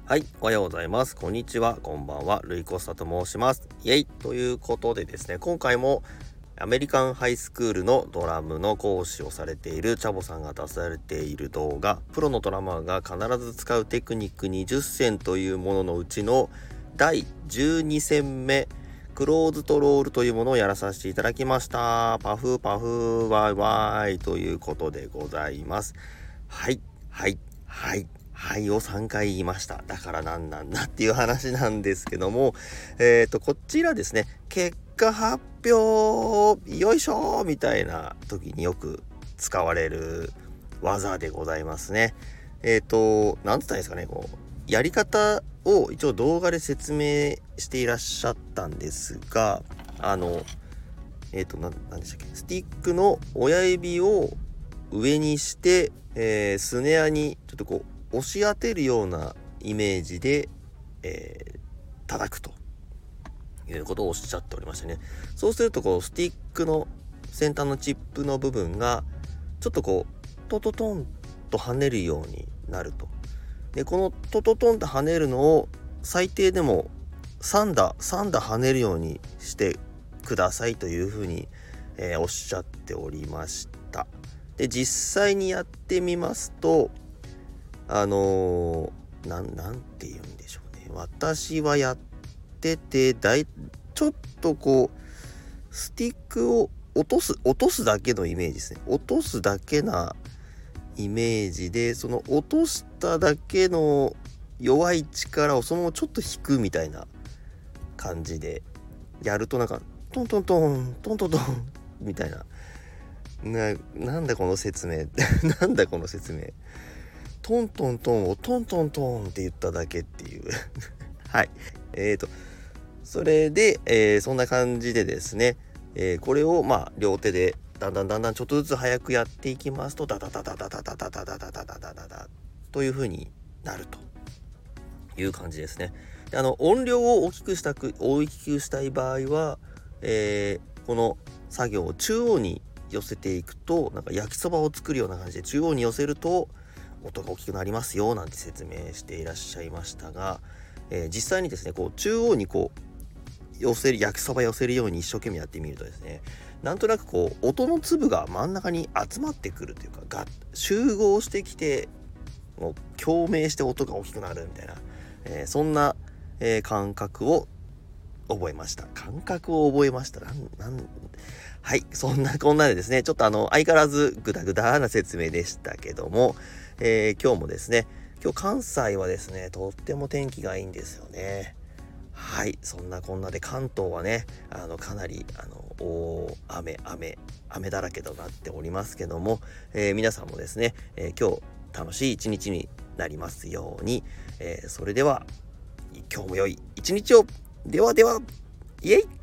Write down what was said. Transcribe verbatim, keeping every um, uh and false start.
はい、おはようございます。こんにちは、こんばんは。ルイコスタと申します。イエイということでですね、今回もアメリカンハイスクールのドラムの講師をされているチャボさんが出されている動画、プロのドラマーが必ず使うテクニックにじゅっせんというもののうちのだいじゅうにせんめ、クローズドロールというものをやらさせていただきました。パフパフワイワイということでございます。はい、はい、はい。はいをさんかい言いました。だからなんなんだっていう話なんですけども、えっと、こちらですね、結果発表、よいしょみたいな時によく使われる技でございますね。えっと、なんつったらいいですかね、こう、やり方を一応動画で説明していらっしゃったんですが、あの、えっと、な、なんでしたっけ、スティックの親指を上にして、えー、スネアにちょっとこう、押し当てるようなイメージで、えー、叩くということをおっしゃっておりましてね。そうするとこうスティックの先端のチップの部分がちょっとこうトトトンと跳ねるようになると。でこのトトトンと跳ねるのを最低でもさん打さん打跳ねるようにしてくださいというふうに、えー、おっしゃっておりました。で実際にやってみますとあのー、なん、なんて言うんでしょうね。私はやってて、だい、ちょっとこう、スティックを落とす、落とすだけのイメージですね。落とすだけなイメージで、その落としただけの弱い力をそのままちょっと引くみたいな感じで、やるとなんか、トントントン、トントントン、みたいな。な、なんだこの説明。なんだこの説明。トントントンをトントントンって言っただけっていうはい。えーと、それで、えー、そんな感じでですね、えー、これをまあ両手でだんだんだんだんちょっとずつ早くやっていきますと、ダダダダダダダダダダダダダダダダという風になるという感じですね。であの音量を大きくしたく大きくしたい場合は、えー、この作業を中央に寄せていくと、なんか焼きそばを作るような感じで中央に寄せると音が大きくなりますよなんて説明していらっしゃいましたが、えー、実際にですねこう中央にこう寄せる焼きそば寄せるように一生懸命やってみるとですね、なんとなくこう音の粒が真ん中に集まってくるというかが集合してきてもう共鳴して音が大きくなるみたいな、えー、そんな、えー、感覚を覚えました感覚を覚えましたなんなんはいそんなこんなでですねちょっとあの相変わらずグダグダな説明でしたけども、えー、今日もですね今日関西はですねとっても天気がいいんですよね。はいそんなこんなで関東はねあのかなりあの大雨雨雨だらけとなっておりますけども、えー、皆さんもですね、えー、今日楽しい一日になりますように、えー、それでは今日も良い一日を。ではではイエイ。